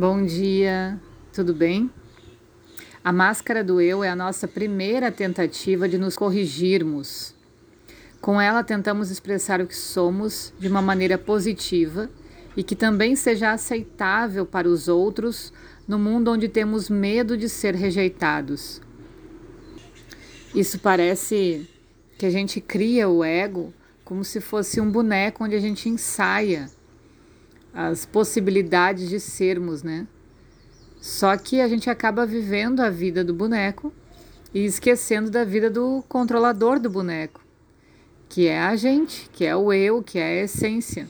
Bom dia, tudo bem? A máscara do eu é a nossa primeira tentativa de nos corrigirmos. Com ela, tentamos expressar o que somos de uma maneira positiva e que também seja aceitável para os outros no mundo onde temos medo de ser rejeitados. Isso parece que a gente cria o ego como se fosse um boneco onde a gente ensaia as possibilidades de sermos, né? Só que a gente acaba vivendo a vida do boneco e esquecendo da vida do controlador do boneco, que é a gente, que é o eu, que é a essência.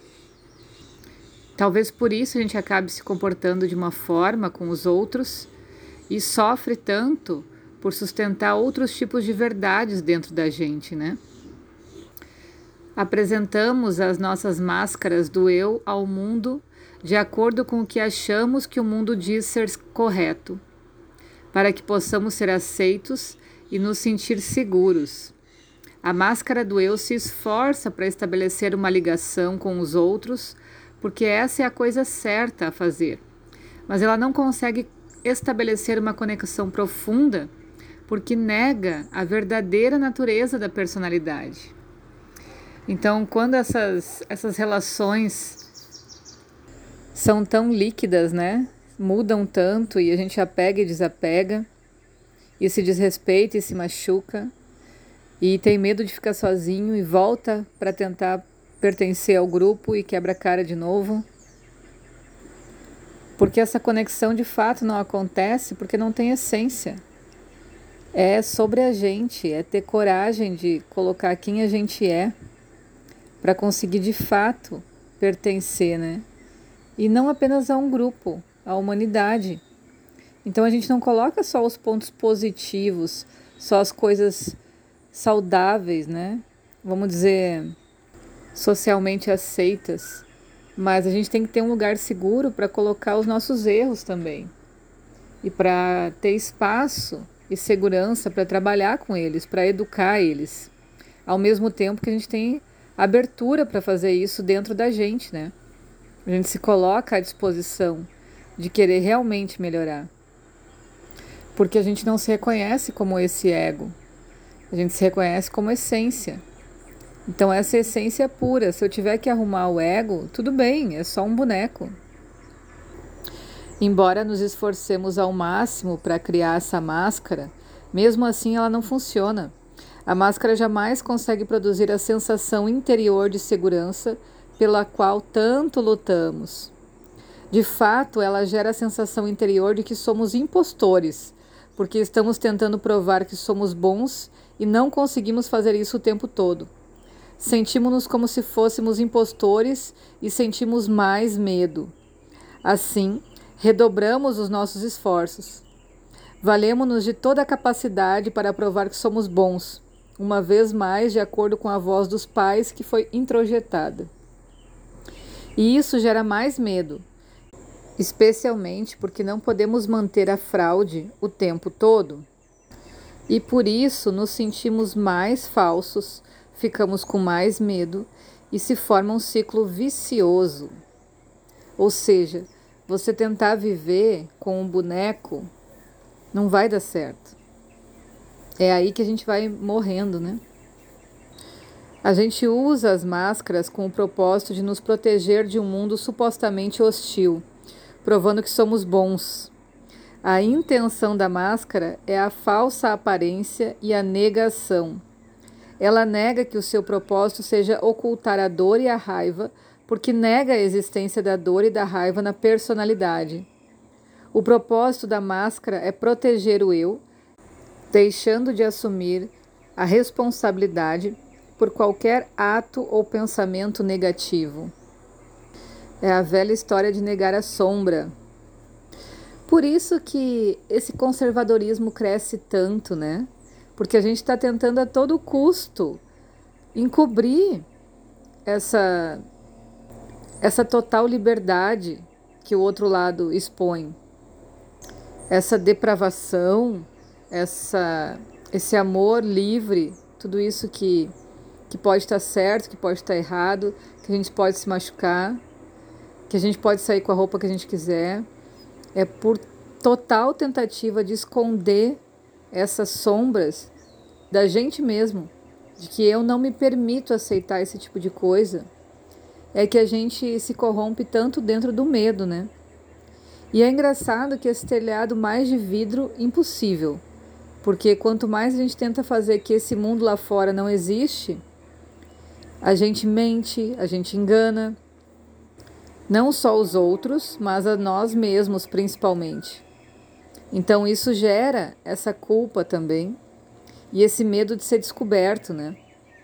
Talvez por isso a gente acabe se comportando de uma forma com os outros e sofre tanto por sustentar outros tipos de verdades dentro da gente, né? Apresentamos as nossas máscaras do eu ao mundo de acordo com o que achamos que o mundo diz ser correto, para que possamos ser aceitos e nos sentir seguros. A máscara do eu se esforça para estabelecer uma ligação com os outros, porque essa é a coisa certa a fazer. Mas ela não consegue estabelecer uma conexão profunda, porque nega a verdadeira natureza da personalidade. Então, quando essas relações são tão líquidas, né? Mudam tanto e a gente apega e desapega, e se desrespeita e se machuca, e tem medo de ficar sozinho e volta para tentar pertencer ao grupo e quebra a cara de novo. Porque essa conexão de fato não acontece porque não tem essência. É sobre a gente, é ter coragem de colocar quem a gente é para conseguir de fato pertencer, né? E não apenas a um grupo, à humanidade. Então a gente não coloca só os pontos positivos, só as coisas saudáveis, né? Vamos dizer, socialmente aceitas, mas a gente tem que ter um lugar seguro para colocar os nossos erros também. E para ter espaço e segurança para trabalhar com eles, para educar eles. Ao mesmo tempo que a gente tem abertura para fazer isso dentro da gente, né? A gente se coloca à disposição de querer realmente melhorar. Porque a gente não se reconhece como esse ego. A gente se reconhece como essência. Então essa essência é pura. Se eu tiver que arrumar o ego, tudo bem, é só um boneco. Embora nos esforcemos ao máximo para criar essa máscara, mesmo assim ela não funciona. A máscara jamais consegue produzir a sensação interior de segurança pela qual tanto lutamos. De fato, ela gera a sensação interior de que somos impostores, porque estamos tentando provar que somos bons e não conseguimos fazer isso o tempo todo. Sentimos-nos como se fôssemos impostores e sentimos mais medo. Assim, redobramos os nossos esforços. Valemos-nos de toda a capacidade para provar que somos bons, uma vez mais de acordo com a voz dos pais que foi introjetada. E isso gera mais medo, especialmente porque não podemos manter a fraude o tempo todo. E por isso nos sentimos mais falsos, ficamos com mais medo e se forma um ciclo vicioso. Ou seja, você tentar viver com um boneco não vai dar certo. É aí que a gente vai morrendo, né? A gente usa as máscaras com o propósito de nos proteger de um mundo supostamente hostil, provando que somos bons. A intenção da máscara é a falsa aparência e a negação. Ela nega que o seu propósito seja ocultar a dor e a raiva, porque nega a existência da dor e da raiva na personalidade. O propósito da máscara é proteger o eu, deixando de assumir a responsabilidade por qualquer ato ou pensamento negativo. É a velha história de negar a sombra. Por isso que esse conservadorismo cresce tanto, né? Porque a gente está tentando a todo custo encobrir essa total liberdade que o outro lado expõe. Essa depravação, esse amor livre, tudo isso que pode estar certo, que pode estar errado, que a gente pode se machucar, que a gente pode sair com a roupa que a gente quiser, É por total tentativa de esconder essas sombras da gente mesmo, de que eu não me permito aceitar esse tipo de coisa, é que a gente se corrompe tanto dentro do medo, né? E é engraçado que esse telhado mais de vidro, impossível. Porque quanto mais a gente tenta fazer que esse mundo lá fora não existe, a gente mente, a gente engana, não só os outros, mas a nós mesmos principalmente. Então isso gera essa culpa também e esse medo de ser descoberto, né?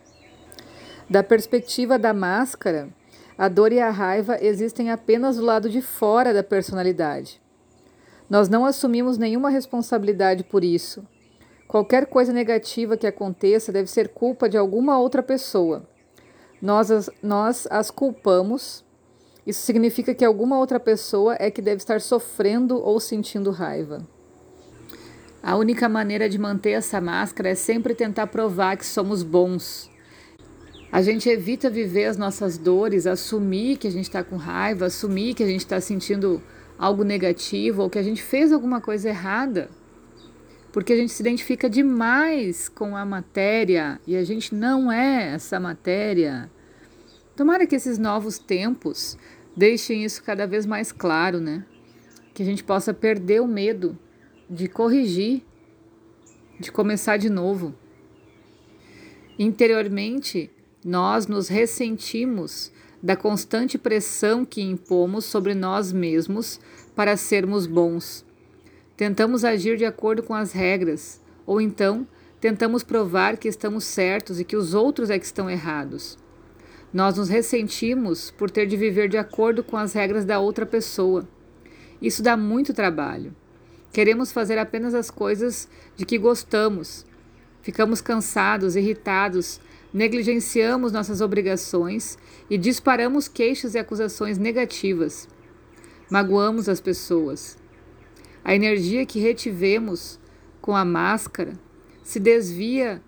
Da perspectiva da máscara, a dor e a raiva existem apenas do lado de fora da personalidade. Nós não assumimos nenhuma responsabilidade por isso. Qualquer coisa negativa que aconteça deve ser culpa de alguma outra pessoa. Nós as culpamos. Isso significa que alguma outra pessoa é que deve estar sofrendo ou sentindo raiva. A única maneira de manter essa máscara é sempre tentar provar que somos bons. A gente evita viver as nossas dores, assumir que a gente está com raiva, assumir que a gente está sentindo algo negativo ou que a gente fez alguma coisa errada, porque a gente se identifica demais com a matéria e a gente não é essa matéria. Tomara que esses novos tempos deixem isso cada vez mais claro, né? Que a gente possa perder o medo de corrigir, de começar de novo. Interiormente, nós nos ressentimos da constante pressão que impomos sobre nós mesmos para sermos bons. Tentamos agir de acordo com as regras, ou então tentamos provar que estamos certos e que os outros é que estão errados. Nós nos ressentimos por ter de viver de acordo com as regras da outra pessoa. Isso dá muito trabalho. Queremos fazer apenas as coisas de que gostamos. Ficamos cansados, irritados, negligenciamos nossas obrigações e disparamos queixas e acusações negativas. Magoamos as pessoas. A energia que retivemos com a máscara se desvia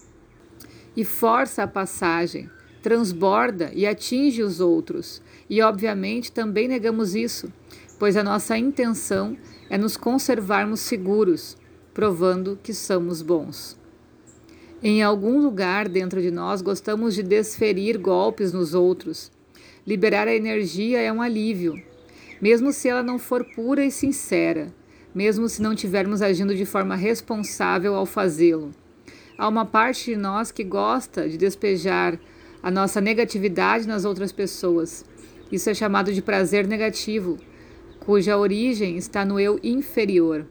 e força a passagem, transborda e atinge os outros. E, obviamente, também negamos isso, pois a nossa intenção é nos conservarmos seguros, provando que somos bons. Em algum lugar dentro de nós gostamos de desferir golpes nos outros. Liberar a energia é um alívio, mesmo se ela não for pura e sincera, mesmo se não estivermos agindo de forma responsável ao fazê-lo. Há uma parte de nós que gosta de despejar a nossa negatividade nas outras pessoas. Isso é chamado de prazer negativo, cuja origem está no eu inferior.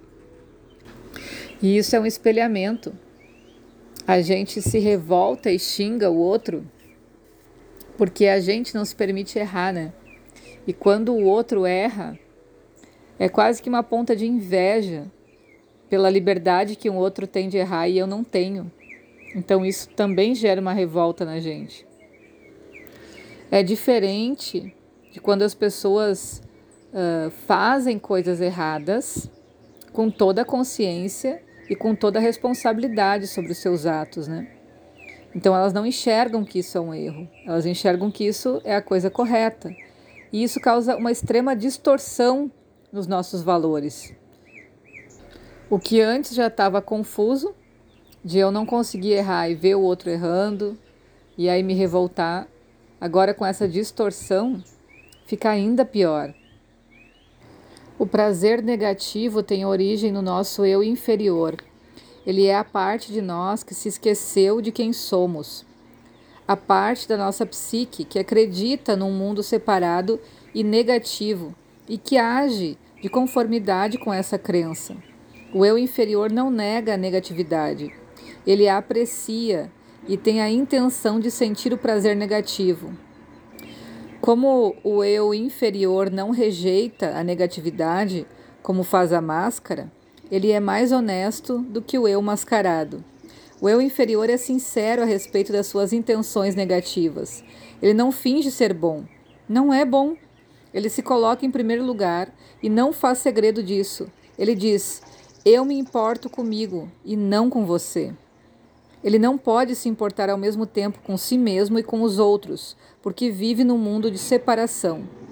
E isso é um espelhamento. A gente se revolta e xinga o outro porque a gente não se permite errar, né? E quando o outro erra, é quase que uma ponta de inveja pela liberdade que um outro tem de errar e eu não tenho. Então isso também gera uma revolta na gente. É diferente de quando as pessoas fazem coisas erradas com toda a consciência e com toda a responsabilidade sobre os seus atos, né? Então elas não enxergam que isso é um erro, elas enxergam que isso é a coisa correta. E isso causa uma extrema distorção nos nossos valores. O que antes já estava confuso, de eu não conseguir errar e ver o outro errando, e aí me revoltar, agora com essa distorção, fica ainda pior. O prazer negativo tem origem no nosso eu inferior. Ele é a parte de nós que se esqueceu de quem somos. A parte da nossa psique que acredita num mundo separado e negativo e que age de conformidade com essa crença. O eu inferior não nega a negatividade. Ele a aprecia e tem a intenção de sentir o prazer negativo. Como o eu inferior não rejeita a negatividade, como faz a máscara, ele é mais honesto do que o eu mascarado. O eu inferior é sincero a respeito das suas intenções negativas. Ele não finge ser bom. Não é bom. Ele se coloca em primeiro lugar e não faz segredo disso. Ele diz: eu me importo comigo e não com você. Ele não pode se importar ao mesmo tempo com si mesmo e com os outros, porque vive num mundo de separação.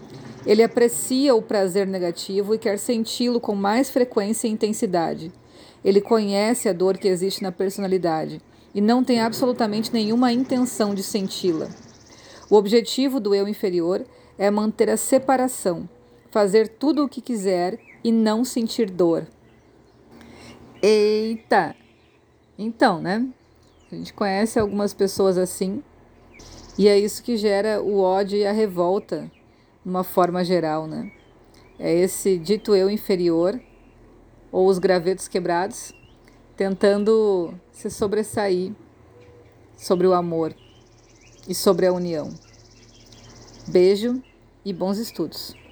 Ele aprecia o prazer negativo e quer senti-lo com mais frequência e intensidade. Ele conhece a dor que existe na personalidade e não tem absolutamente nenhuma intenção de senti-la. O objetivo do eu inferior é manter a separação, fazer tudo o que quiser e não sentir dor. Eita! Então, né? A gente conhece algumas pessoas assim, e é isso que gera o ódio e a revolta, de uma forma geral, né? É esse dito eu inferior, ou os gravetos quebrados, tentando se sobressair sobre o amor e sobre a união. Beijo e bons estudos.